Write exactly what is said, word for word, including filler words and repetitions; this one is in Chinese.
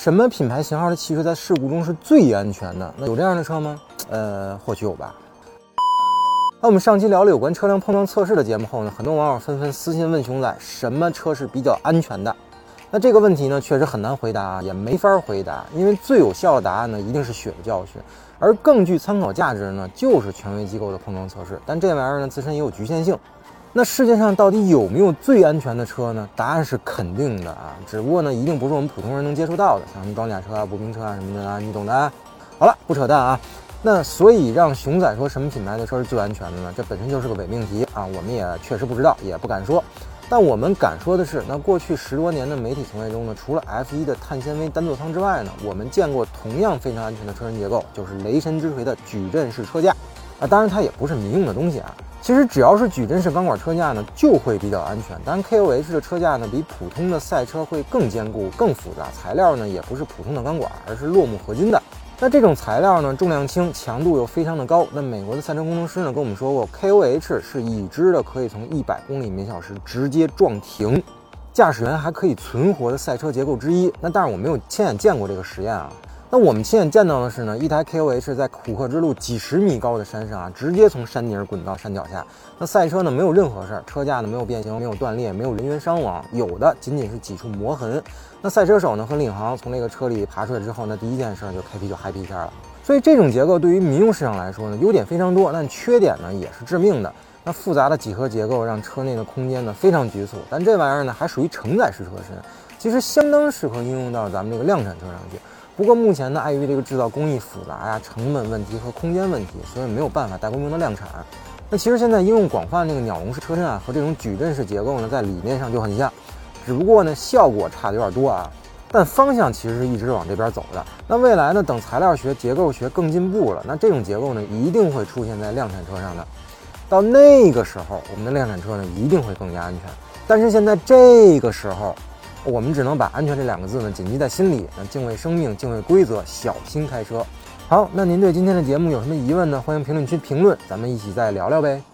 什么品牌型号的汽车在事故中是最安全的？那有这样的车吗？呃，或许有吧。那我们上期聊了有关车辆碰撞测试的节目后呢，很多网友纷纷私信问熊仔，什么车是比较安全的？那这个问题呢，确实很难回答，也没法回答，因为最有效的答案呢，一定是血的教训，而更具参考价值呢，就是权威机构的碰撞测试。但这玩意儿呢，自身也有局限性。那世界上到底有没有最安全的车呢？答案是肯定的啊，只不过呢，一定不是我们普通人能接触到的，像什么装甲车啊、步兵车啊什么的啊，你懂的啊。好了，不扯淡啊。那所以让熊仔说什么品牌的车是最安全的呢？这本身就是个伪命题啊，我们也确实不知道，也不敢说。但我们敢说的是，那过去十多年的媒体从业中呢，除了 F 一 的碳纤维单座舱之外呢，我们见过同样非常安全的车身结构，就是雷神之锤的矩阵式车架啊。当然它也不是民用的东西啊。其实只要是矩阵式钢管车架呢，就会比较安全。当然 K O H 的车架呢，比普通的赛车会更坚固、更复杂，材料呢也不是普通的钢管，而是落木合金的。那这种材料呢，重量轻，强度又非常的高。那美国的赛车工程师呢跟我们说过 ，K O H 是已知的可以从一百公里每小时直接撞停，驾驶员还可以存活的赛车结构之一。那但是我没有亲眼见过这个实验啊。那我们亲眼见到的是呢，一台 K O H 在虎克之路几十米高的山上啊，直接从山顶滚到山脚下。那赛车呢没有任何事儿，车架呢没有变形，没有断裂，没有人员伤亡，有的仅仅是几处磨痕。那赛车手呢和领航从那个车里爬出来之后，那第一件事就开啤酒嗨皮一下了。所以这种结构对于民用市场来说呢，优点非常多，但缺点呢也是致命的。那复杂的几何结构让车内的空间呢非常局促，但这玩意儿呢还属于承载式车身，其实相当适合应用到咱们这个量产车上去。不过目前呢，碍于这个制造工艺复杂呀、成本问题和空间问题，所以没有办法大规模的量产。那其实现在应用广泛这个鸟笼式车身啊，和这种矩阵式结构呢，在理念上就很像，只不过呢效果差的有点多啊。但方向其实是一直往这边走的。那未来呢，等材料学、结构学更进步了，那这种结构呢，一定会出现在量产车上的。到那个时候，我们的量产车呢，一定会更加安全。但是现在这个时候，我们只能把安全这两个字呢谨记在心里，那敬畏生命，敬畏规则，小心开车。好，那您对今天的节目有什么疑问呢？欢迎评论区评论，咱们一起再聊聊呗。